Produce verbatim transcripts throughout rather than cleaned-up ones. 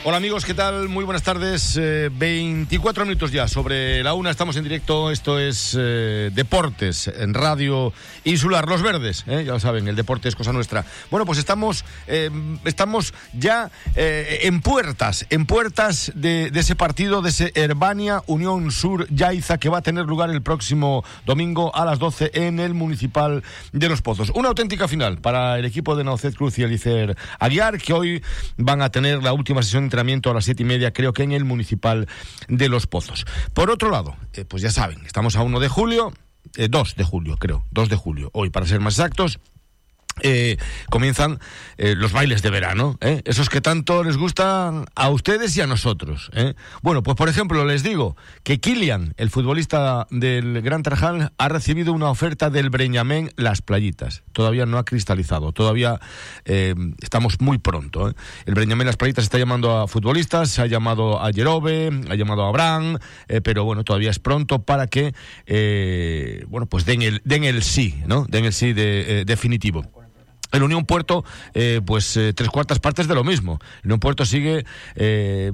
Hola amigos, ¿qué tal? Muy buenas tardes. Eh, veinticuatro minutos ya sobre la una, estamos en directo. Esto es eh, Deportes en Radio Insular. Los Verdes, ¿eh? Ya lo saben, el deporte es cosa nuestra. Bueno, pues estamos eh, estamos ya eh, en puertas, en puertas de, de ese partido, de ese Herbania Unión Sur Yaiza, que va a tener lugar el próximo domingo a las doce en el Municipal de Los Pozos. Una auténtica final para el equipo de Naucet Cruz y Elícer Aguiar, que hoy van a tener la última sesión de entrenamiento a las siete y media, creo que en el Municipal de Los Pozos. Por otro lado, eh, pues ya saben, estamos a uno de julio, eh, dos de julio, creo, dos de julio, hoy para ser más exactos. Eh, comienzan eh, los bailes de verano, ¿eh? Esos que tanto les gustan a ustedes y a nosotros, ¿eh? Bueno, pues por ejemplo les digo que Kilian, el futbolista del Gran Tarajal, ha recibido una oferta del Breñamén Las Playitas. Todavía no ha cristalizado, todavía eh, estamos muy pronto, ¿eh? El Breñamén Las Playitas está llamando a futbolistas, ha llamado a Jerove, ha llamado a Abraham, eh, pero bueno, todavía es pronto para que eh, bueno, pues den el, den el sí, ¿no? Den el sí de, eh, definitivo. El Unión Puerto, eh, pues eh, tres cuartas partes de lo mismo. El Unión Puerto sigue, eh,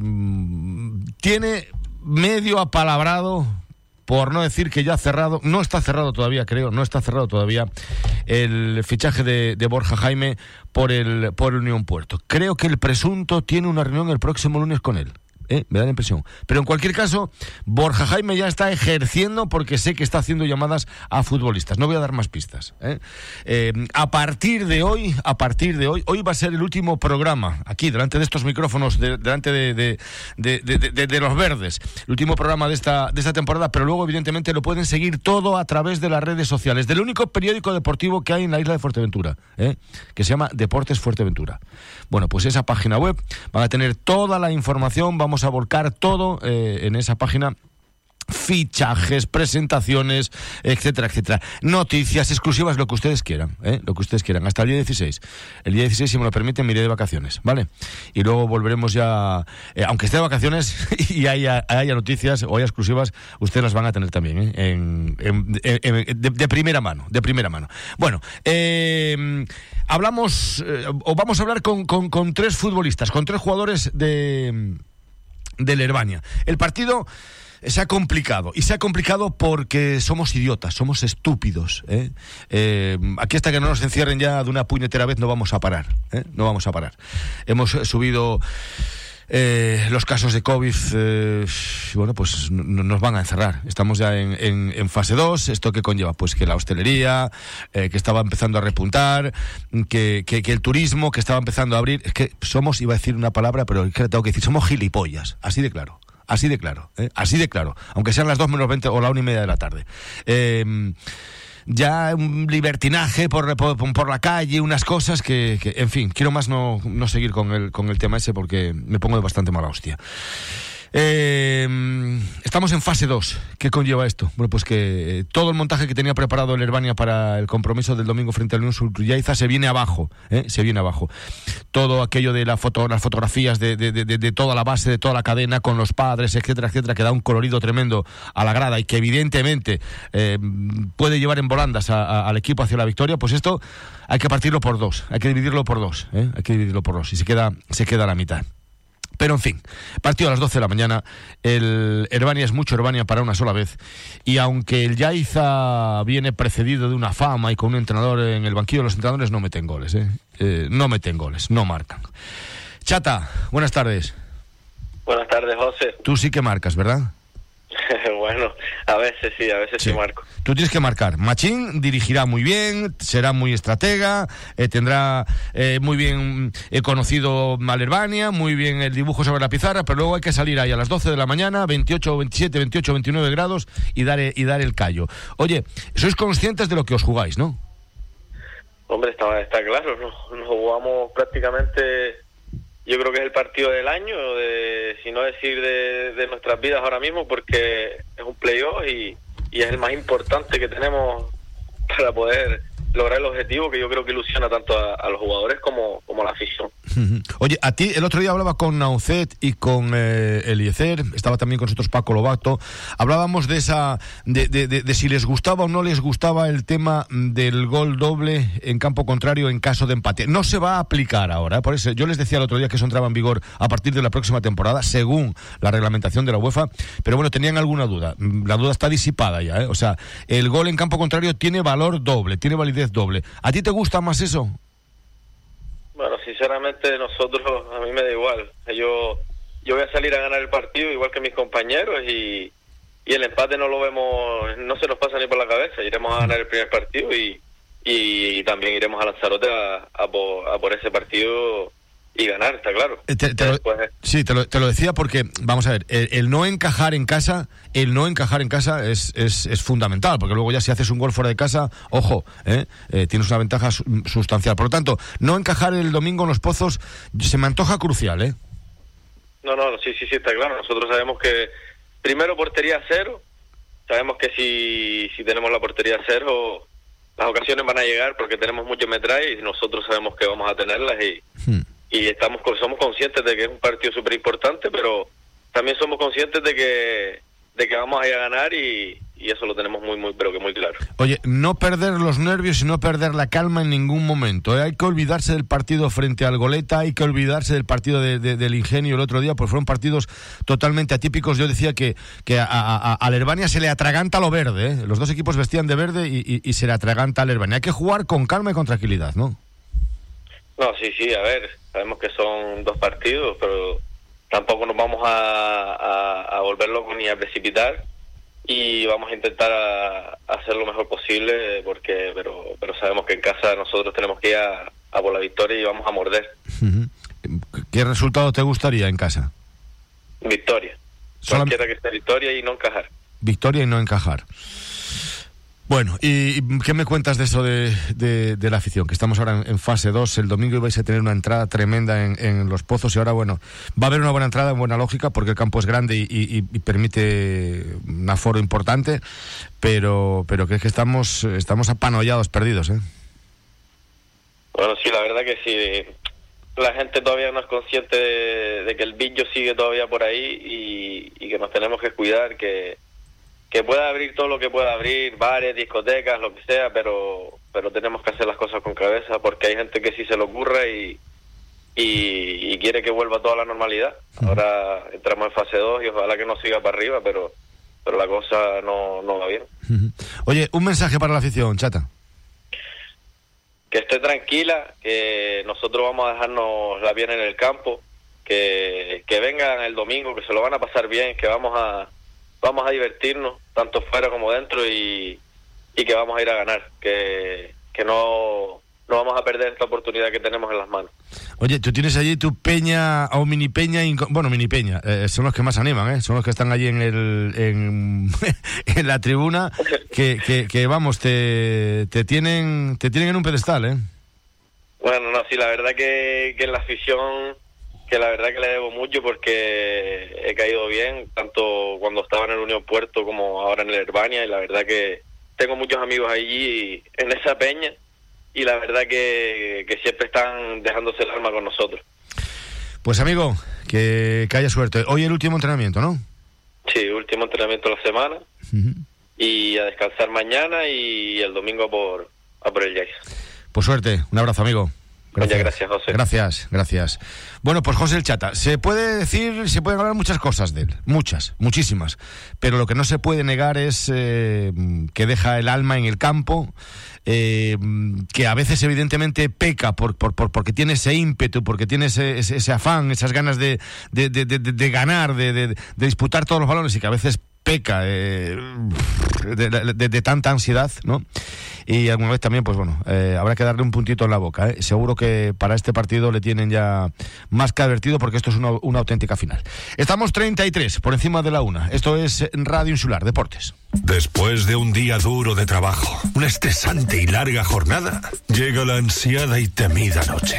tiene medio apalabrado, por no decir que ya cerrado, no está cerrado todavía, creo, no está cerrado todavía el fichaje de, de Borja Jaime por el, por el Unión Puerto. Creo que el presunto tiene una reunión el próximo lunes con él. Eh, me da la impresión. Pero en cualquier caso, Borja Jaime ya está ejerciendo, porque sé que está haciendo llamadas a futbolistas. No voy a dar más pistas. ¿eh? Eh, a partir de hoy, a partir de hoy, hoy va a ser el último programa, aquí, delante de estos micrófonos, de, delante de, de, de, de, de, de los Verdes, el último programa de esta, de esta temporada, pero luego evidentemente lo pueden seguir todo a través de las redes sociales, del único periódico deportivo que hay en la isla de Fuerteventura, ¿eh? que se llama Deportes Fuerteventura. Bueno, pues esa página web van a tener toda la información, vamos a volcar todo eh, en esa página. Fichajes, presentaciones, etcétera, etcétera. Noticias exclusivas, lo que ustedes quieran, ¿eh? Lo que ustedes quieran, hasta el día dieciséis. El día dieciséis, si me lo permiten, me iré de vacaciones, ¿vale? Y luego volveremos ya, eh, aunque esté de vacaciones y haya, haya noticias o haya exclusivas, ustedes las van a tener también, ¿eh? En, en, en, en, de, de primera mano, de primera mano. Bueno, eh, hablamos, eh, o vamos a hablar con, con, con tres futbolistas, con tres jugadores de, del Herbania. El partido se ha complicado, y se ha complicado porque somos idiotas, somos estúpidos, ¿eh? Eh, aquí hasta que no nos encierren ya de una puñetera vez no vamos a parar, ¿eh? No vamos a parar. Hemos subido eh, los casos de COVID, eh, bueno, pues no, nos van a encerrar. Estamos ya en, en, en fase dos, ¿esto qué conlleva? Pues que la hostelería, eh, que estaba empezando a repuntar, que, que, que el turismo, que estaba empezando a abrir. Es que somos, iba a decir una palabra, pero es que tengo que decir, somos gilipollas, así de claro. Así de claro, ¿eh? Así de claro, aunque sean las dos menos veinte o la una y media de la tarde. Eh, ya un libertinaje por, por, por la calle, unas cosas que, que en fin, quiero más no, no seguir con el, con el tema ese porque me pongo de bastante mala hostia. Eh, estamos en fase dos. ¿Qué conlleva esto? Bueno, pues que eh, todo el montaje que tenía preparado el Herbania para el compromiso del domingo frente al Unión Sur Yaiza se viene abajo, ¿eh? Se viene abajo. Todo aquello de la foto, las fotografías de, de, de, de toda la base, de toda la cadena, con los padres, etcétera, etcétera, que da un colorido tremendo a la grada y que evidentemente eh, puede llevar en volandas a, a, al equipo hacia la victoria. Pues esto hay que partirlo por dos, hay que dividirlo por dos, ¿eh? Hay que dividirlo por dos y se queda, se queda a la mitad. Pero en fin, partido a las doce de la mañana, el Herbania es mucho Herbania para una sola vez, y aunque el Yaiza viene precedido de una fama y con un entrenador en el banquillo, los entrenadores no meten goles, ¿eh? Eh, no meten goles, no marcan. Chata, buenas tardes. Buenas tardes, José. Tú sí que marcas, ¿verdad? Bueno, a veces sí, a veces sí, sí marco. Tú tienes que marcar. Machín dirigirá muy bien, será muy estratega, eh, tendrá eh, muy bien eh, conocido al Herbania, muy bien el dibujo sobre la pizarra, pero luego hay que salir ahí a las doce de la mañana, veintiocho, veintisiete, veintiocho, veintinueve grados y dar, y dar el callo. Oye, sois conscientes de lo que os jugáis, ¿no? Hombre, está, está claro, nos, nos jugamos prácticamente... Yo creo que es el partido del año, de, si no decir de, de nuestras vidas ahora mismo, porque es un playoff y, y es el más importante que tenemos para poder lograr el objetivo que yo creo que ilusiona tanto a, a los jugadores como, como a la afición. Oye, a ti el otro día hablaba con Naucet y con eh, Eliezer, estaba también con nosotros Paco Lobato, hablábamos de esa de, de, de, de si les gustaba o no les gustaba el tema del gol doble en campo contrario en caso de empate. No se va a aplicar ahora, ¿eh? Por eso yo les decía el otro día que eso entraba en vigor a partir de la próxima temporada, según la reglamentación de la UEFA, pero bueno, tenían alguna duda. La duda está disipada ya, ¿eh? O sea, el gol en campo contrario tiene valor doble, tiene validez doble. ¿A ti te gusta más eso? Bueno, sinceramente nosotros, a mí me da igual. Yo yo voy a salir a ganar el partido igual que mis compañeros y, y el empate no lo vemos, no se nos pasa ni por la cabeza. Iremos a ganar el primer partido y, y, y también iremos a Lanzarote a, a, por, a por ese partido y ganar, está claro. Te, te lo, Después, sí, te lo, te lo decía porque, vamos a ver, el, el no encajar en casa, el no encajar en casa es, es, es fundamental, porque luego ya si haces un gol fuera de casa, ojo, ¿eh? Eh, tienes una ventaja su, sustancial. Por lo tanto, no encajar el domingo en Los Pozos se me antoja crucial, ¿eh? No, no, sí, sí, sí, está claro. Nosotros sabemos que, primero, portería cero. Sabemos que si, si tenemos la portería cero, las ocasiones van a llegar porque tenemos mucho metraje y nosotros sabemos que vamos a tenerlas y... Hmm. Y estamos somos conscientes de que es un partido súper importante, pero también somos conscientes de que de que vamos a ir a ganar y, y eso lo tenemos muy, muy, pero que muy claro. Oye, no perder los nervios y no perder la calma en ningún momento, ¿eh? Hay que olvidarse del partido frente al Goleta, hay que olvidarse del partido de, de, del Ingenio el otro día, pues fueron partidos totalmente atípicos. Yo decía que, que a, a, a Alervania se le atraganta lo verde, ¿eh? Los dos equipos vestían de verde y, y, y se le atraganta a Alervania. Hay que jugar con calma y con tranquilidad, ¿no? No, sí, sí, a ver, sabemos que son dos partidos, pero tampoco nos vamos a, a, a volver locos ni a precipitar y vamos a intentar a, a hacer lo mejor posible, porque pero pero sabemos que en casa nosotros tenemos que ir a, a por la victoria y vamos a morder. ¿Qué resultado te gustaría en casa? Victoria. Solam- Cualquiera que sea victoria y no encajar. Victoria y no encajar. Bueno, ¿y qué me cuentas de eso de, de, de la afición? Que estamos ahora en, en fase dos, el domingo ibais a tener una entrada tremenda en, en Los Pozos y ahora, bueno, va a haber una buena entrada en buena lógica porque el campo es grande y, y, y permite un aforo importante, pero pero que es que estamos, estamos apanollados, perdidos, ¿eh? Bueno, sí, la verdad que sí. La gente todavía no es consciente de, de que el bicho sigue todavía por ahí y, y que nos tenemos que cuidar, que... que pueda abrir todo lo que pueda abrir, bares, discotecas, lo que sea, pero pero tenemos que hacer las cosas con cabeza porque hay gente que sí se le ocurra y, y, y quiere que vuelva toda la normalidad. Ahora entramos en fase dos y ojalá que no siga para arriba, pero pero la cosa no, no va bien. Oye, un mensaje para la afición, Chata. Que esté tranquila, que nosotros vamos a dejarnos la bien en el campo, que, que vengan el domingo, que se lo van a pasar bien, que vamos a vamos a divertirnos, tanto fuera como dentro, y, y que vamos a ir a ganar, que, que no, no vamos a perder esta oportunidad que tenemos en las manos. Oye, tú tienes allí tu peña, o mini peña, bueno, mini peña, eh, son los que más animan, ¿eh? Son los que están allí en el en, en la tribuna, que, que, que vamos, te, te tienen te tienen en un pedestal, ¿eh? Bueno, no, sí, la verdad que, que en la afición... que la verdad que le debo mucho porque he caído bien, tanto cuando estaba en el Unión Puerto como ahora en el Herbania, y la verdad que tengo muchos amigos allí en esa peña y la verdad que, que siempre están dejándose el alma con nosotros. Pues amigo, que, que haya suerte. Hoy el último entrenamiento, ¿no? Sí, último entrenamiento de la semana. Uh-huh. Y a descansar mañana y el domingo por, a por el Jason. Pues suerte, un abrazo, amigo. Gracias. gracias, José. Gracias, gracias. Bueno, pues José el Chata, se puede decir, se pueden hablar muchas cosas de él, muchas, muchísimas, pero lo que no se puede negar es eh, que deja el alma en el campo, eh, que a veces evidentemente peca por, por, por porque tiene ese ímpetu, porque tiene ese, ese, ese afán, esas ganas de, de, de, de, de ganar, de, de, de disputar todos los balones, y que a veces peca eh, de, de, de, de tanta ansiedad, ¿no? Y alguna vez también, pues bueno, eh, habrá que darle un puntito en la boca, ¿eh? Seguro que para este partido le tienen ya más que advertido, porque esto es una, una auténtica final. Estamos treinta y tres por encima de la una. Esto es Radio Insular Deportes. Después de un día duro de trabajo, una estresante y larga jornada, llega la ansiada y temida noche.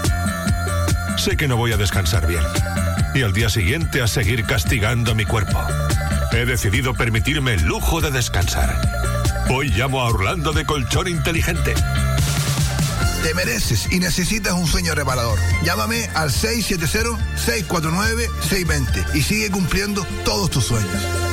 Sé que no voy a descansar bien y al día siguiente a seguir castigando a mi cuerpo. He decidido permitirme el lujo de descansar. Hoy llamo a Orlando de Colchón Inteligente. Te mereces y necesitas un sueño reparador. Llámame al seis siete cero, seis cuatro nueve, seis dos cero y sigue cumpliendo todos tus sueños.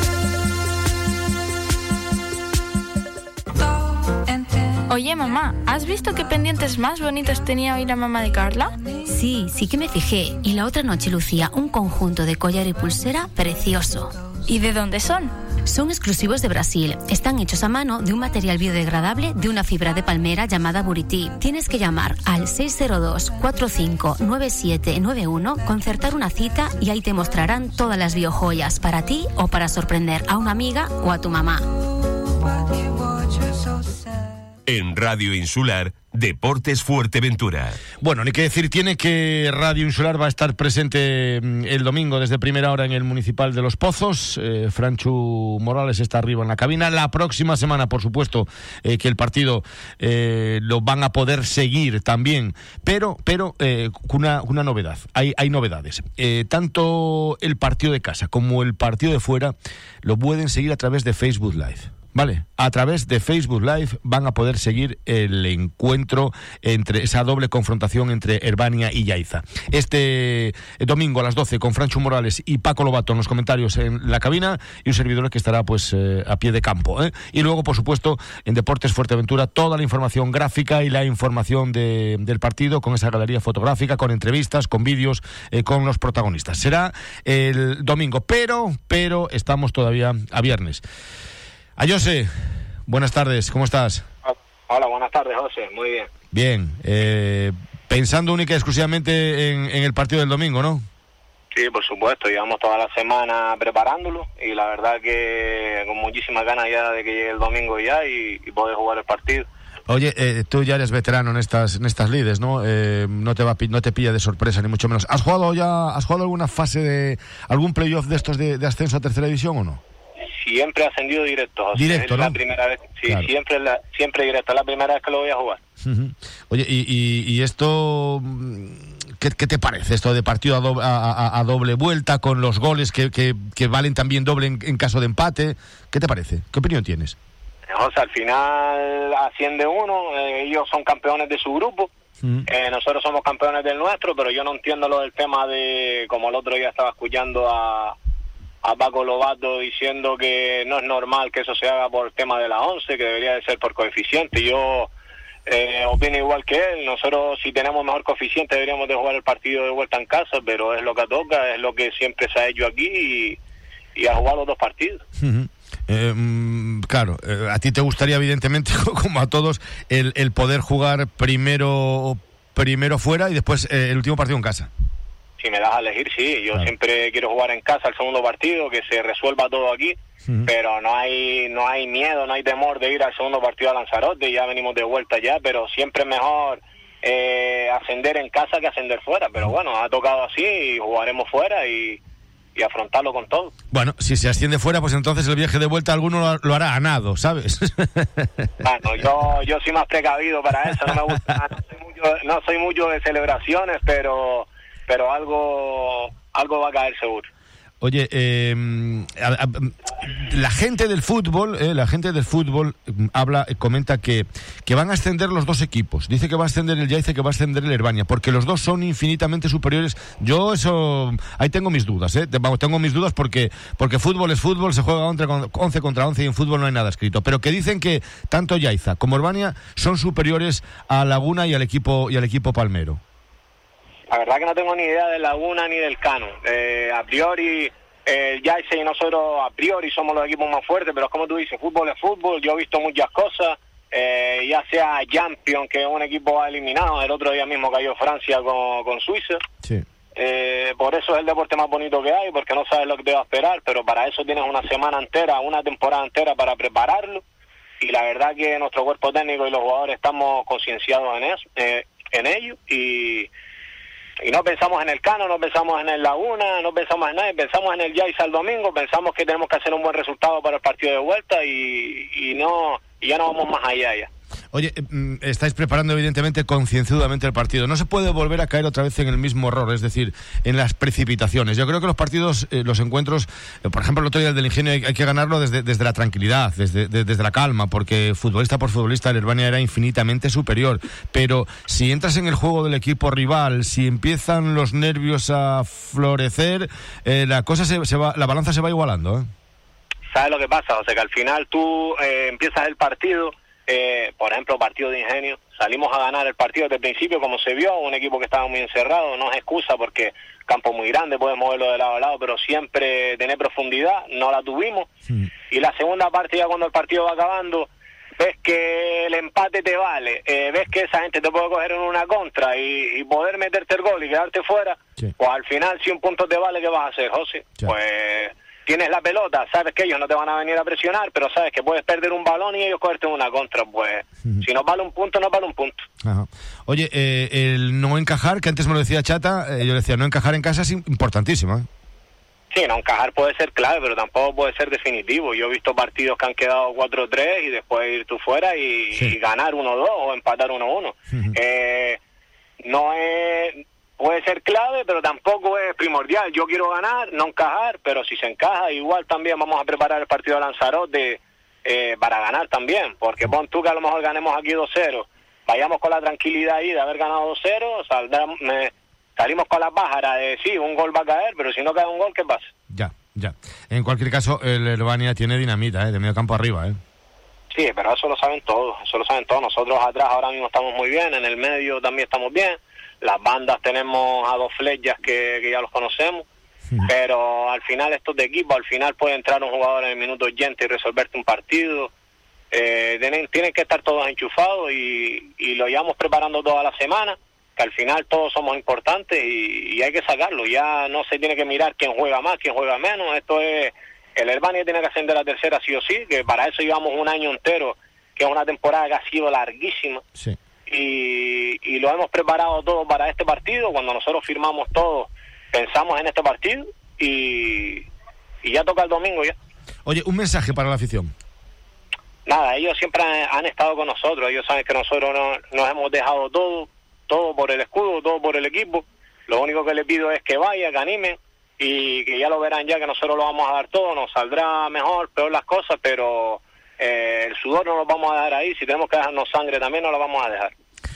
Oye, mamá, ¿has visto qué pendientes más bonitos tenía hoy la mamá de Carla? Sí, sí que me fijé. Y la otra noche lucía un conjunto de collar y pulsera precioso. ¿Y de dónde son? Son exclusivos de Brasil. Están hechos a mano de un material biodegradable de una fibra de palmera llamada Buriti. Tienes que llamar al seis cero dos, cuatro cinco nueve siete nueve uno, concertar una cita y ahí te mostrarán todas las biojoyas para ti o para sorprender a una amiga o a tu mamá. En Radio Insular, Deportes Fuerteventura. Bueno, ni que decir tiene que Radio Insular va a estar presente el domingo desde primera hora en el Municipal de Los Pozos. Eh, Franchu Morales está arriba en la cabina. La próxima semana, por supuesto, eh, que el partido eh, lo van a poder seguir también, pero pero eh, una, una novedad. Hay, hay novedades. Eh, tanto el partido de casa como el partido de fuera lo pueden seguir a través de Facebook Live. Vale, a través de Facebook Live van a poder seguir el encuentro entre esa doble confrontación entre Herbania y Yaiza. Este domingo a las doce con Franchu Morales y Paco Lobato en los comentarios en la cabina y un servidor que estará pues eh, a pie de campo, ¿eh? Y luego, por supuesto, en Deportes Fuerteventura toda la información gráfica y la información de, del partido con esa galería fotográfica, con entrevistas, con vídeos, eh, con los protagonistas. Será el domingo, pero, pero estamos todavía a viernes. A José, buenas tardes, ¿cómo estás? Hola, buenas tardes, José, muy bien. Bien, eh, pensando única y exclusivamente en, en el partido del domingo, ¿no? Sí, por supuesto, llevamos toda la semana preparándolo y la verdad que con muchísimas ganas ya de que llegue el domingo ya y, y poder jugar el partido. Oye, eh, tú ya eres veterano en estas en estas lides, ¿no? Eh, no te va no te pilla de sorpresa ni mucho menos. ¿Has jugado ya has jugado alguna fase de algún playoff de estos de, de ascenso a tercera división o no? Siempre ascendido directo, José. Directo, es ¿no? La primera vez, sí, Claro. siempre la, siempre directo, es la primera vez que lo voy a jugar. Uh-huh. Oye, y, y, y esto, ¿qué, ¿qué te parece esto de partido a doble, a, a, a doble vuelta con los goles que, que, que valen también doble en, en caso de empate? ¿Qué te parece? ¿Qué opinión tienes? José, al final asciende uno, eh, ellos son campeones de su grupo, uh-huh. eh, nosotros somos campeones del nuestro, pero yo no entiendo lo del tema de, como el otro día estaba escuchando a... a Paco Lobato diciendo que no es normal que eso se haga por el tema de la once, que debería de ser por coeficiente. Yo eh, opino igual que él. Nosotros, si tenemos mejor coeficiente, deberíamos de jugar el partido de vuelta en casa, pero es lo que toca, es lo que siempre se ha hecho aquí y, y a jugar los dos partidos. Uh-huh. Eh, claro, eh, a ti te gustaría evidentemente, como a todos, el, el poder jugar primero primero fuera y después eh, el último partido en casa. Si me das a elegir, sí. Yo claro. siempre quiero jugar en casa el segundo partido, que se resuelva todo aquí, uh-huh. pero no hay no hay miedo, no hay temor de ir al segundo partido a Lanzarote, ya venimos de vuelta ya, pero siempre es mejor eh, ascender en casa que ascender fuera, pero uh-huh. bueno, ha tocado así y jugaremos fuera y, y afrontarlo con todo. Bueno, si se asciende fuera, pues entonces el viaje de vuelta alguno lo, lo hará a nado, ¿sabes? Bueno, yo yo soy más precavido para eso, no me gusta, no soy mucho, no soy mucho de celebraciones, pero... pero algo algo va a caer seguro. Oye, eh, a, a, la gente del fútbol, eh, la gente del fútbol habla, comenta que, que van a ascender los dos equipos. Dice que va a ascender el Yaiza y que va a ascender el Herbania, porque los dos son infinitamente superiores. Yo eso, ahí tengo mis dudas, eh. Vamos, tengo mis dudas porque porque fútbol es fútbol, se juega once contra once y en fútbol no hay nada escrito. Pero que dicen que tanto Yaiza como Herbania son superiores a Laguna y al equipo y al equipo palmero. La verdad que no tengo ni idea de Laguna ni del Cano. Eh, a priori, eh, el Yaiza y nosotros a priori somos los equipos más fuertes, pero como tú dices, fútbol es fútbol. Yo he visto muchas cosas, eh, ya sea Champions, que un equipo va eliminado, el otro día mismo cayó Francia con, con Suiza. Sí. Eh, por eso es el deporte más bonito que hay, porque no sabes lo que te va a esperar, pero para eso tienes una semana entera, una temporada entera para prepararlo. Y la verdad que nuestro cuerpo técnico y los jugadores estamos concienciados en eso, eh, en ello, y... Y no pensamos en el Cano, no pensamos en el Laguna, no pensamos en nada, pensamos en el Yaiza el domingo, pensamos que tenemos que hacer un buen resultado para el partido de vuelta y, y no y ya no vamos más allá ya. Oye, estáis preparando evidentemente concienzudamente el partido. No se puede volver a caer otra vez en el mismo error, es decir, en las precipitaciones. Yo creo que los partidos, eh, los encuentros, eh, por ejemplo, el otro día del Ingenio hay, hay que ganarlo desde, desde la tranquilidad, desde, de, desde la calma, porque futbolista por futbolista el Herbania era infinitamente superior. Pero si entras en el juego del equipo rival, si empiezan los nervios a florecer, eh, la cosa se, se va, la balanza se va igualando, ¿eh? ¿Sabes lo que pasa? O sea, que al final tú eh, empiezas el partido, eh, por ejemplo, partido de Ingenio, salimos a ganar el partido desde el principio, como se vio, un equipo que estaba muy encerrado, no es excusa porque campo muy grande, puedes moverlo de lado a lado, pero siempre tener profundidad, no la tuvimos. Sí. Y la segunda parte, ya cuando el partido va acabando, ves que el empate te vale, eh, ves que esa gente te puede coger en una contra y, y poder meterte el gol y quedarte fuera, sí. Pues al final, si un punto te vale, ¿qué vas a hacer, José? Sí. Pues... tienes la pelota, sabes que ellos no te van a venir a presionar, pero sabes que puedes perder un balón y ellos cogerte en una contra, pues uh-huh. Si nos vale un punto, nos vale un punto. Ajá. Oye, eh, el no encajar, que antes me lo decía Chata, eh, yo decía, no encajar en casa es importantísimo, ¿eh? Sí, no encajar puede ser clave, pero tampoco puede ser definitivo. Yo he visto partidos que han quedado cuatro tres y después ir tú fuera y, sí. y ganar uno dos o empatar uno uno. Uh-huh. Eh, no es... puede ser clave, pero tampoco es primordial. Yo quiero ganar, no encajar, pero si se encaja, igual también vamos a preparar el partido de Lanzarote eh, para ganar también, porque pon tú que a lo mejor ganemos aquí dos cero, vayamos con la tranquilidad ahí de haber ganado dos cero, saldrá, eh, salimos con las pájaras de sí, un gol va a caer, pero si no cae un gol, ¿qué pasa? Ya, ya. En cualquier caso, el Herbania tiene dinamita, ¿eh? De medio campo arriba, ¿eh? Sí, pero eso lo saben todos, eso lo saben todos. Nosotros atrás ahora mismo estamos muy bien, en el medio también estamos bien. Las bandas tenemos a dos flechas que, que ya los conocemos, sí. Pero al final estos de equipo, al final puede entrar un jugador en el minuto ochenta y resolverte un partido. Eh, tienen, tienen que estar todos enchufados y, y lo llevamos preparando toda la semana, que al final todos somos importantes y, y hay que sacarlo. Ya no se tiene que mirar quién juega más, quién juega menos. Esto es, el Herbania tiene que ascender a tercera sí o sí, que para eso llevamos un año entero, que es una temporada que ha sido larguísima. Sí. Y, y lo hemos preparado todo para este partido. Cuando nosotros firmamos todo, pensamos en este partido y, y ya toca el domingo ya. Oye, un mensaje para la afición. Nada, ellos siempre han, han estado con nosotros. Ellos saben que nosotros no, nos hemos dejado todo, todo por el escudo, todo por el equipo. Lo único que les pido es que vayan, que animen y que ya lo verán ya que nosotros lo vamos a dar todo. Nos saldrá mejor, peor las cosas, pero eh, el sudor no lo vamos a dejar ahí. Si tenemos que dejarnos sangre también no lo vamos a dejar.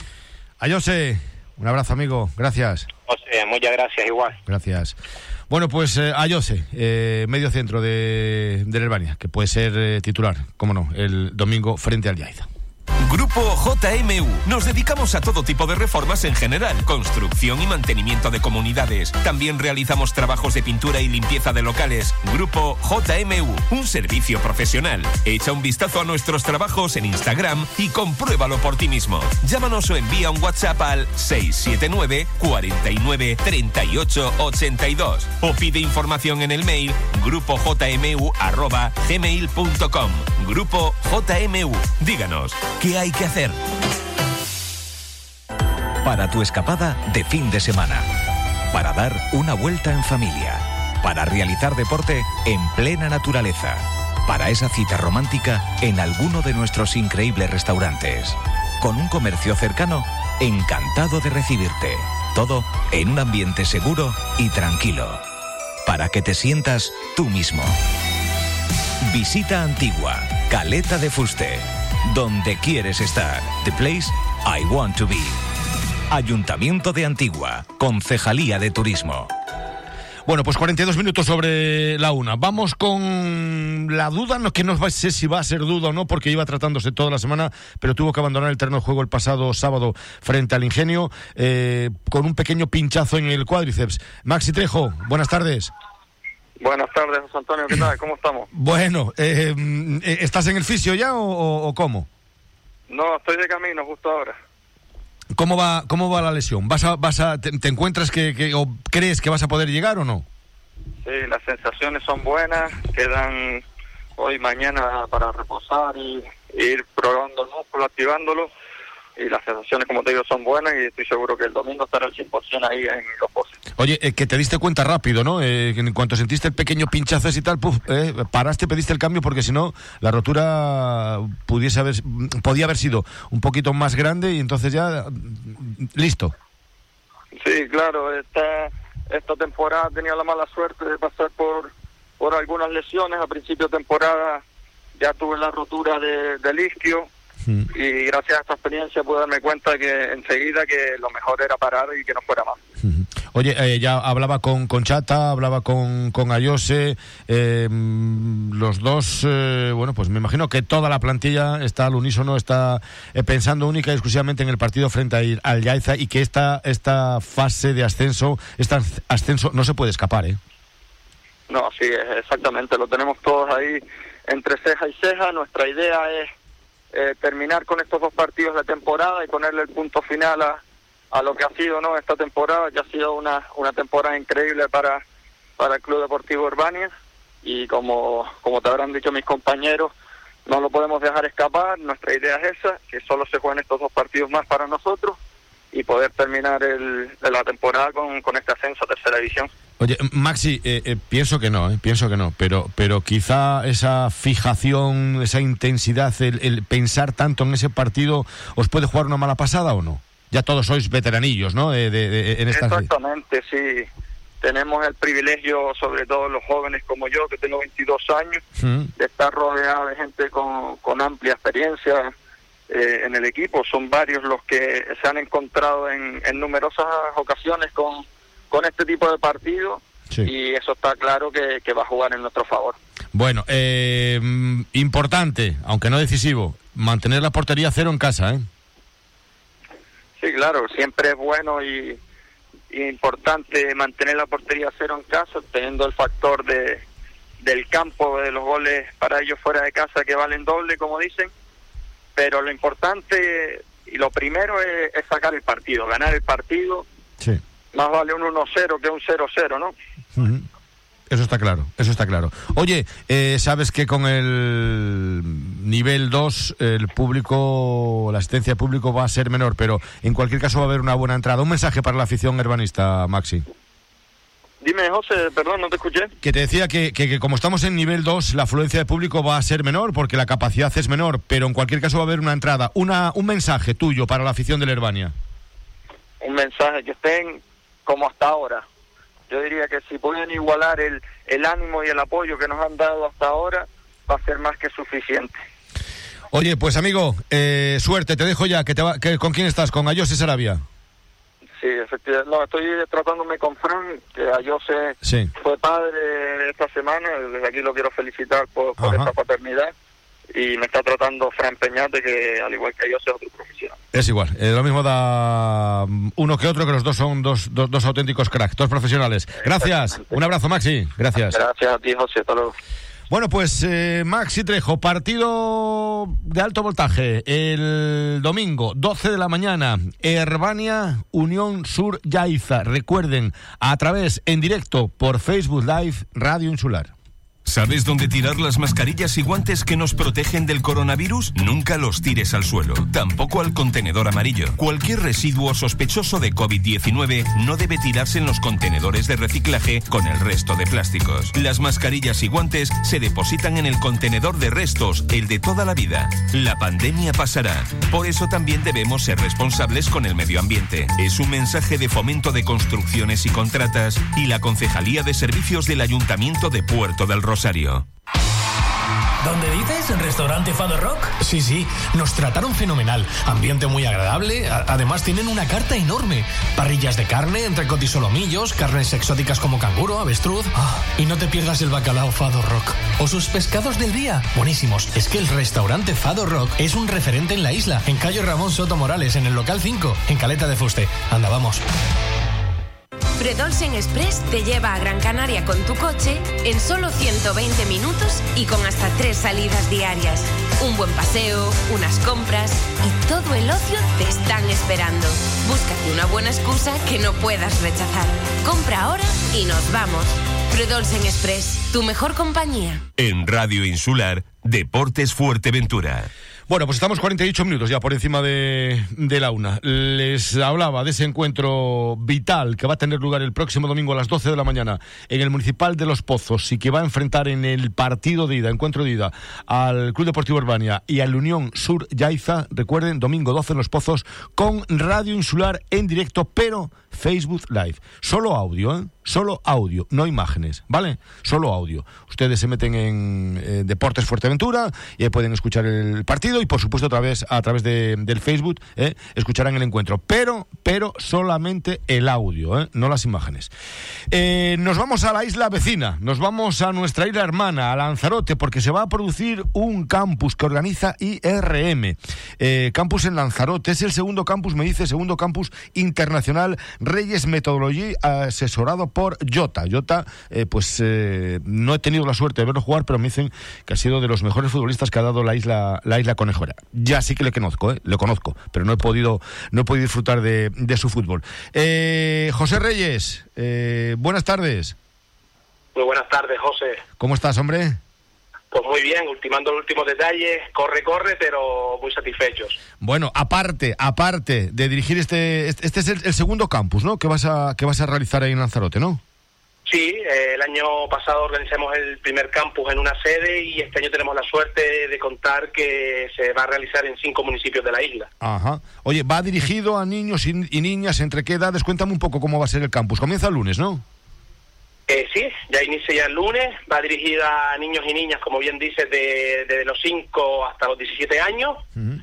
A José, un abrazo, amigo, gracias. José, muchas gracias, igual. Gracias. Bueno, pues eh, a José, eh, medio centro de, del Herbania, que puede ser eh, titular, cómo no, el domingo frente al Lleida. Grupo J M U. Nos dedicamos a todo tipo de reformas en general, construcción y mantenimiento de comunidades. También realizamos trabajos de pintura y limpieza de locales. Grupo J M U, un servicio profesional. Echa un vistazo a nuestros trabajos en Instagram y compruébalo por ti mismo. Llámanos o envía un WhatsApp al seis siete nueve, cuatro nueve, treinta y ocho, ochenta y dos o pide información en el mail grupo j m u arroba gmail punto com. Grupo J M U. Díganos, ¿qué hay que hacer? Para tu escapada de fin de semana. Para dar una vuelta en familia. Para realizar deporte en plena naturaleza. Para esa cita romántica en alguno de nuestros increíbles restaurantes. Con un comercio cercano, encantado de recibirte. Todo en un ambiente seguro y tranquilo. Para que te sientas tú mismo. Visita Antigua, Caleta de Fuste. Donde quieres estar. The place I want to be. Ayuntamiento de Antigua. Concejalía de Turismo. Bueno, pues cuarenta y dos minutos sobre la una. Vamos con la duda, no que no sé si va a ser duda o no, porque iba tratándose toda la semana, pero tuvo que abandonar el terreno de juego el pasado sábado frente al Ingenio, eh, con un pequeño pinchazo en el cuádriceps. Maxi Trejo, buenas tardes. Buenas tardes, José Antonio, ¿qué tal? ¿Cómo estamos? Bueno, eh, ¿estás en el fisio ya o, o, o cómo? No, estoy de camino justo ahora. ¿Cómo va cómo va la lesión? ¿Vas a, vas a, te, te encuentras que, que o crees que vas a poder llegar o no? Sí, las sensaciones son buenas, quedan hoy, mañana para reposar y, y ir probando el músculo, activándolo, y las sensaciones, como te digo, son buenas y estoy seguro que el domingo estará al cien por ciento ahí en los poses. Oye, eh, que te diste cuenta rápido, ¿no? Eh, que en cuanto sentiste el pequeño pinchazo y tal, puf, eh, paraste, pediste el cambio, porque si no, la rotura pudiese haber, podía haber sido un poquito más grande y entonces ya, listo. Sí, claro, esta, esta temporada he tenido la mala suerte de pasar por, por algunas lesiones. A principio de temporada ya tuve la rotura de, del isquio. Y gracias a esta experiencia pude darme cuenta que enseguida que lo mejor era parar y que no fuera más. Oye, eh, ya hablaba con, con Chata, hablaba con, con Ayose, eh, los dos, eh, bueno, pues me imagino que toda la plantilla está al unísono, está eh, pensando única y exclusivamente en el partido frente a, al Yaiza, y que esta, esta fase de ascenso, este ascenso no se puede escapar, ¿eh? No, sí, exactamente, lo tenemos todos ahí entre ceja y ceja. Nuestra idea es Eh, terminar con estos dos partidos de temporada y ponerle el punto final a, a lo que ha sido, ¿no?, esta temporada, que ha sido una, una temporada increíble para, para el Club Deportivo Urbania, y como, como te habrán dicho mis compañeros, no lo podemos dejar escapar. Nuestra idea es esa, que solo se jueguen estos dos partidos más para nosotros y poder terminar el, la temporada con, con este ascenso a tercera división. Oye, Maxi, eh, eh, pienso que no, eh, pienso que no, pero pero quizá esa fijación, esa intensidad, el, el pensar tanto en ese partido, ¿os puede jugar una mala pasada o no? Ya todos sois veteranillos, ¿no? De, de, de, en esta... Exactamente, sí. Tenemos el privilegio, sobre todo los jóvenes como yo, que tengo veintidós años, mm. de estar rodeado de gente con, con amplia experiencia eh, en el equipo. Son varios los que se han encontrado en, en numerosas ocasiones con... con este tipo de partido, sí. Y eso está claro que, que va a jugar en nuestro favor. Bueno, eh, importante, aunque no decisivo, mantener la portería cero en casa, ¿eh? Sí, claro, siempre es bueno y, y importante mantener la portería cero en casa, teniendo el factor de del campo, de los goles para ellos fuera de casa, que valen doble, como dicen, pero lo importante y lo primero es, es sacar el partido, ganar el partido. Sí. Más vale un uno cero que un cero cero, ¿no? Uh-huh. Eso está claro, eso está claro. Oye, eh, sabes que con el nivel dos el público, la asistencia de público va a ser menor, pero en cualquier caso va a haber una buena entrada. Un mensaje para la afición herbanista, Maxi. Dime, José, perdón, no te escuché. Que te decía que, que, que como estamos en nivel dos, la afluencia de público va a ser menor porque la capacidad es menor, pero en cualquier caso va a haber una entrada. Una, un mensaje tuyo para la afición del Herbania. Un mensaje, que estén como hasta ahora. Yo diría que si pueden igualar el, el ánimo y el apoyo que nos han dado hasta ahora, va a ser más que suficiente. Oye, pues amigo, eh, suerte, te dejo ya. Que te va, que, ¿con quién estás? ¿Con Ayose Sarabia? Sí, efectivamente. No, estoy tratándome con Fran, que Ayose sí. fue padre esta semana. Desde aquí lo quiero felicitar por, por esta paternidad. Y me está tratando Fran Peñate, que al igual que yo, es otro profesional. Es igual, eh, lo mismo da uno que otro, que los dos son dos, dos, dos auténticos cracks, dos profesionales. Gracias, un abrazo, Maxi, gracias. Gracias a ti, José, hasta luego. Bueno, pues eh, Maxi Trejo, partido de alto voltaje el domingo, doce de la mañana, Herbania, Unión Sur Yaiza. Recuerden, a través, en directo, por Facebook Live, Radio Insular. ¿Sabes dónde tirar las mascarillas y guantes que nos protegen del coronavirus? Nunca los tires al suelo, tampoco al contenedor amarillo. Cualquier residuo sospechoso de covid diecinueve no debe tirarse en los contenedores de reciclaje con el resto de plásticos. Las mascarillas y guantes se depositan en el contenedor de restos, el de toda la vida. La pandemia pasará, por eso también debemos ser responsables con el medio ambiente. Es un mensaje de Fomento de Construcciones y Contratas y la Concejalía de Servicios del Ayuntamiento de Puerto del Rosario. ¿Dónde dices? ¿En restaurante Fado Rock? Sí, sí, nos trataron fenomenal. Ambiente muy agradable. A- además tienen una carta enorme. Parrillas de carne, entrecot y solomillos, carnes exóticas como canguro, avestruz. Oh, y no te pierdas el bacalao Fado Rock. O sus pescados del día. Buenísimos. Es que el restaurante Fado Rock es un referente en la isla. En calle Ramón Soto Morales, en el local cinco, en Caleta de Fuste. Anda, vamos. Predolsen Express te lleva a Gran Canaria con tu coche en solo ciento veinte minutos y con hasta tres salidas diarias. Un buen paseo, unas compras y todo el ocio te están esperando. Búscate una buena excusa que no puedas rechazar. Compra ahora y nos vamos. Predolsen Express, tu mejor compañía. En Radio Insular, Deportes Fuerteventura. Bueno, pues estamos cuarenta y ocho minutos ya por encima de, de la una. Les hablaba de ese encuentro vital que va a tener lugar el próximo domingo a las doce de la mañana en el Municipal de Los Pozos y que va a enfrentar en el partido de ida, encuentro de ida, al Club Deportivo Urbania y al Unión Sur Yaiza. Recuerden, domingo doce en Los Pozos con Radio Insular en directo, pero Facebook Live. Solo audio, ¿eh? Solo audio, no imágenes, ¿vale? Solo audio. Ustedes se meten en eh, Deportes Fuerteventura y ahí pueden escuchar el partido y, por supuesto, otra vez a través de, del Facebook eh, escucharán el encuentro. Pero, pero solamente el audio, ¿eh? No las imágenes. Eh, nos vamos a la isla vecina, nos vamos a nuestra isla hermana, a Lanzarote, porque se va a producir un campus que organiza I R M. Eh, campus en Lanzarote, es el segundo campus, me dice, segundo campus internacional Reyes Metodología, asesorado por Jota. Jota, eh, pues eh, no he tenido la suerte de verlo jugar, pero me dicen que ha sido de los mejores futbolistas que ha dado la isla la isla Conejera. Ya sí que le conozco, ¿eh? Le conozco, pero no he podido no he podido disfrutar de, de su fútbol. Eh, José Reyes, eh, buenas tardes. Muy buenas tardes, José. ¿Cómo estás, hombre? Pues muy bien, ultimando los últimos detalles, corre, corre, pero muy satisfechos. Bueno, aparte, aparte de dirigir este, este es el, el segundo campus, ¿no? Que vas a que vas a realizar ahí en Lanzarote, ¿no? Sí, eh, el año pasado organizamos el primer campus en una sede y este año tenemos la suerte de contar que se va a realizar en cinco municipios de la isla. Ajá. Oye, ¿va dirigido a niños y, y niñas? ¿Entre qué edades? Cuéntame un poco cómo va a ser el campus. Comienza el lunes, ¿no? Eh, sí, ya inicia ya el lunes, va dirigida a niños y niñas, como bien dices, de, de los cinco hasta los diecisiete años. Uh-huh.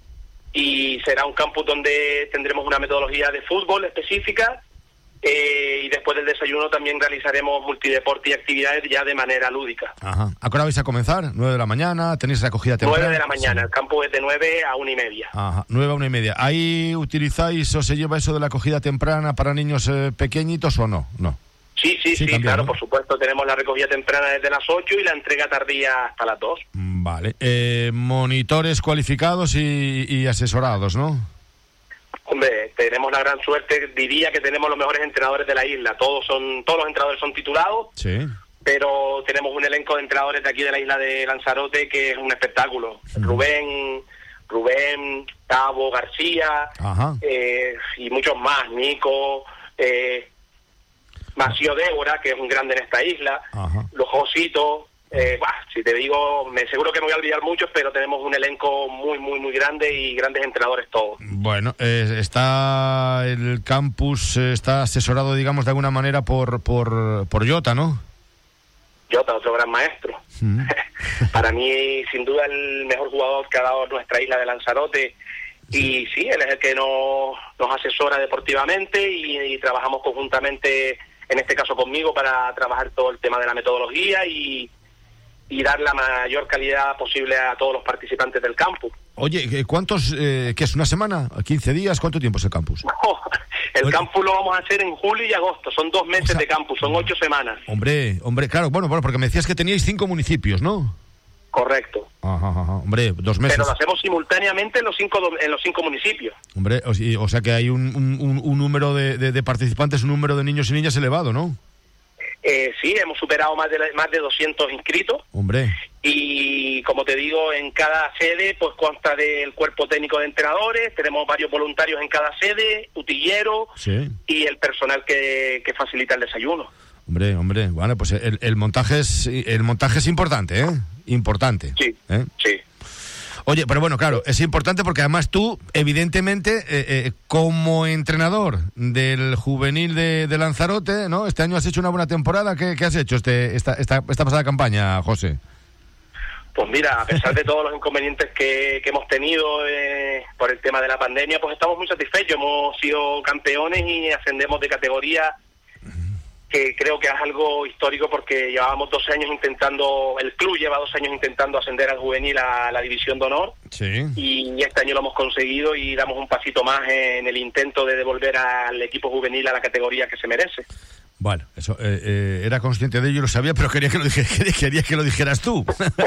Y será un campus donde tendremos una metodología de fútbol específica eh, y después del desayuno también realizaremos multideporte y actividades ya de manera lúdica. Ajá. ¿A qué hora vais a comenzar? ¿Nueve de la mañana? ¿Tenéis recogida temprana? Nueve de la mañana, sí. El campus es de nueve a una y media. Ajá, nueve a una y media. ¿Ahí utilizáis o se lleva eso de la acogida temprana para niños eh, pequeñitos o no? No. Sí, sí, sí, sí también, claro, ¿no? Por supuesto, tenemos la recogida temprana desde las ocho y la entrega tardía hasta las dos. Vale. Eh, monitores cualificados y, y asesorados, ¿no? Hombre, tenemos la gran suerte, diría que tenemos los mejores entrenadores de la isla. Todos son, todos los entrenadores son titulados, sí, pero tenemos un elenco de entrenadores de aquí de la isla de Lanzarote que es un espectáculo. Mm. Rubén, Rubén, Tavo, García, eh, y muchos más, Nico, eh, Macio Débora, que es un grande en esta isla, Ajá. Los Jositos, eh, bah, si te digo, me seguro que me voy a olvidar muchos, pero tenemos un elenco muy, muy, muy grande y grandes entrenadores todos. Bueno, eh, está el campus, eh, está asesorado, digamos, de alguna manera por, por, por Jota, ¿no? Jota, otro gran maestro. Mm. Para mí, sin duda, el mejor jugador que ha dado nuestra isla de Lanzarote. Sí. Y sí, él es el que nos, nos asesora deportivamente y, y trabajamos conjuntamente, en este caso conmigo, para trabajar todo el tema de la metodología y, y dar la mayor calidad posible a todos los participantes del campus. Oye, ¿cuántos, eh, qué es, una semana, quince días? ¿Cuánto tiempo es el campus? No, el Oye. campus lo vamos a hacer en julio y agosto, son dos meses o sea, de campus, son ocho semanas. Hombre, hombre, claro, bueno, bueno, porque me decías que teníais cinco municipios, ¿no? Correcto. Ajá, ajá, hombre, dos meses. Pero lo hacemos simultáneamente en los cinco en los cinco municipios. Hombre, o, o sea que hay un, un, un número de, de, de participantes, un número de niños y niñas elevado, ¿no? Eh, sí, hemos superado más de más de doscientos inscritos. Hombre. Y como te digo, en cada sede pues consta del cuerpo técnico de entrenadores, tenemos varios voluntarios en cada sede, utilleros, sí, y el personal que, que facilita el desayuno. Hombre, hombre, bueno, pues el, el montaje es el montaje es importante, ¿eh? Importante. Sí, ¿eh? sí. Oye, pero bueno, claro, es importante porque además tú, evidentemente, eh, eh, como entrenador del juvenil de, de Lanzarote, ¿no? Este año has hecho una buena temporada. ¿Qué, qué has hecho este esta, esta esta pasada campaña, José? Pues mira, a pesar de todos los inconvenientes que, que hemos tenido eh, por el tema de la pandemia, pues estamos muy satisfechos. Hemos sido campeones y ascendemos de categoría, que creo que es algo histórico porque llevábamos doce años intentando, el club lleva dos años intentando ascender al juvenil a la división de honor, sí, y este año lo hemos conseguido y damos un pasito más en el intento de devolver al equipo juvenil a la categoría que se merece. Bueno, eso eh, eh, era consciente de ello, lo sabía, pero quería que lo dije, quería que lo dijeras tú.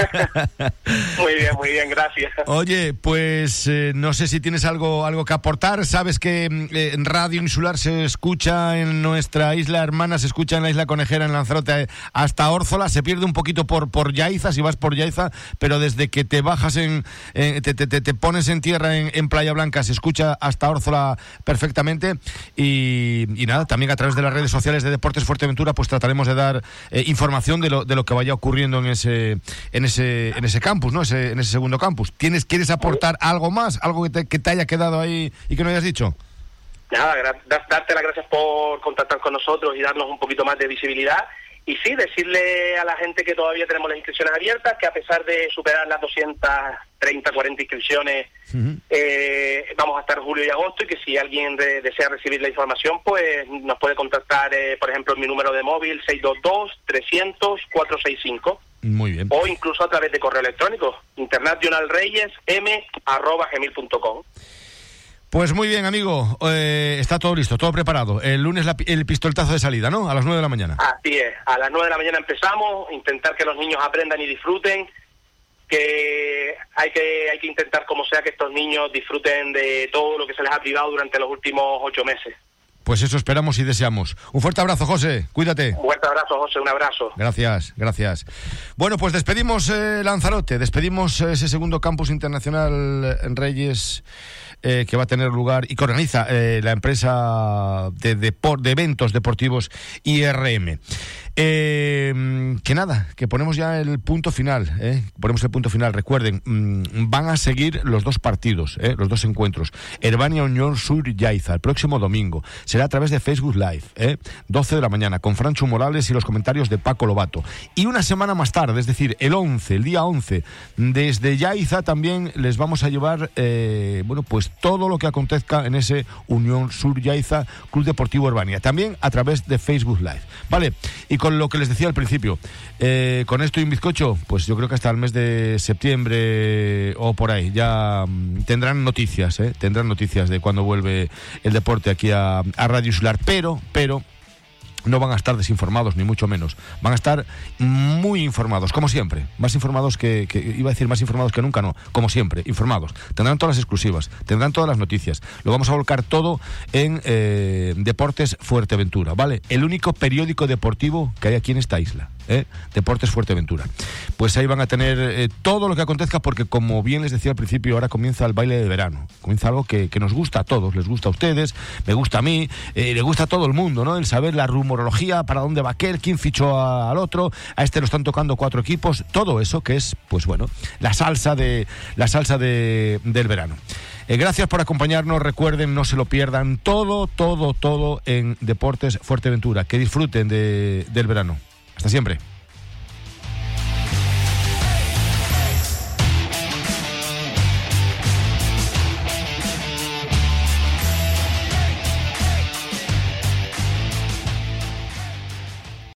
Muy bien, muy bien, gracias. Oye, pues eh, no sé si tienes algo algo que aportar. Sabes que eh, en Radio Insular se escucha en nuestra isla hermana, se escucha en la isla Conejera, en Lanzarote, hasta Órzola, se pierde un poquito por por Yaiza, si vas por Yaiza, pero desde que te bajas en, en, te, te, te, te pones en tierra en, en Playa Blanca, se escucha hasta Órzola perfectamente y, y nada, también a través de las redes sociales de Deportes Fuerteventura pues trataremos de dar eh, información de lo, de lo que vaya ocurriendo en ese en ese en ese campus, ¿no? Ese, en ese segundo campus. ¿Tienes, ¿Quieres aportar algo más? ¿Algo que te, que te haya quedado ahí y que no hayas dicho? Nada, gra- darte las gracias por contactar con nosotros y darnos un poquito más de visibilidad. Y sí, decirle a la gente que todavía tenemos las inscripciones abiertas, que a pesar de superar las doscientas treinta, cuarenta inscripciones, uh-huh. eh, vamos a estar julio y agosto, y que si alguien de, desea recibir la información, pues nos puede contactar, eh, por ejemplo, en mi número de móvil, seis dos dos, trescientos, cuatrocientos sesenta y cinco. Muy bien. O incluso a través de correo electrónico, internationalreyes m arroba gmail punto com. Pues muy bien, amigo, eh, está todo listo, todo preparado. El lunes la, el pistoletazo de salida, ¿no? A las nueve de la mañana. Así es, a las nueve de la mañana empezamos, intentar que los niños aprendan y disfruten, que hay que hay que intentar como sea que estos niños disfruten de todo lo que se les ha privado durante los últimos ocho meses. Pues eso esperamos y deseamos. Un fuerte abrazo, José, cuídate. Un fuerte abrazo, José, un abrazo. Gracias, gracias. Bueno, pues despedimos eh, Lanzarote, despedimos ese segundo campus internacional en Reyes, Eh, que va a tener lugar y que organiza eh, la empresa de, de, de eventos deportivos I R M. Eh, que nada, que ponemos ya el punto final, eh, ponemos el punto final. Recuerden, mmm, van a seguir los dos partidos, eh, los dos encuentros. Herbania Unión Sur Yaiza, el próximo domingo. Será a través de Facebook Live, eh, doce de la mañana, con Francho Morales y los comentarios de Paco Lobato. Y una semana más tarde, es decir, el once, el día once, desde Yaiza también les vamos a llevar, eh, bueno, pues todo lo que acontezca en ese Unión Sur Yaiza Club Deportivo Herbania, también a través de Facebook Live, ¿vale? Y con lo que les decía al principio, eh, con esto y un bizcocho, pues yo creo que hasta el mes de septiembre o por ahí ya mm, tendrán noticias, ¿eh? Tendrán noticias de cuando vuelve el deporte aquí a, a Radio Insular, pero, pero no van a estar desinformados, ni mucho menos. Van a estar muy informados, como siempre. Más informados que, que... Iba a decir más informados que nunca, no. Como siempre, informados. Tendrán todas las exclusivas, tendrán todas las noticias. Lo vamos a volcar todo en eh, Deportes Fuerteventura, ¿vale? El único periódico deportivo que hay aquí en esta isla, ¿eh? Deportes Fuerteventura. Pues ahí van a tener eh, todo lo que acontezca, porque como bien les decía al principio, ahora comienza el baile de verano. Comienza algo que, que nos gusta a todos. Les gusta a ustedes, me gusta a mí, eh, le gusta a todo el mundo, ¿no? El saber la rumorología, para dónde va aquel, quién fichó a, al otro, a este lo están tocando cuatro equipos, todo eso que es, pues bueno, la salsa de la salsa de, del verano. Eh, gracias por acompañarnos, recuerden, no se lo pierdan, todo, todo, todo en Deportes Fuerteventura. Que disfruten de, del verano. Hasta siempre.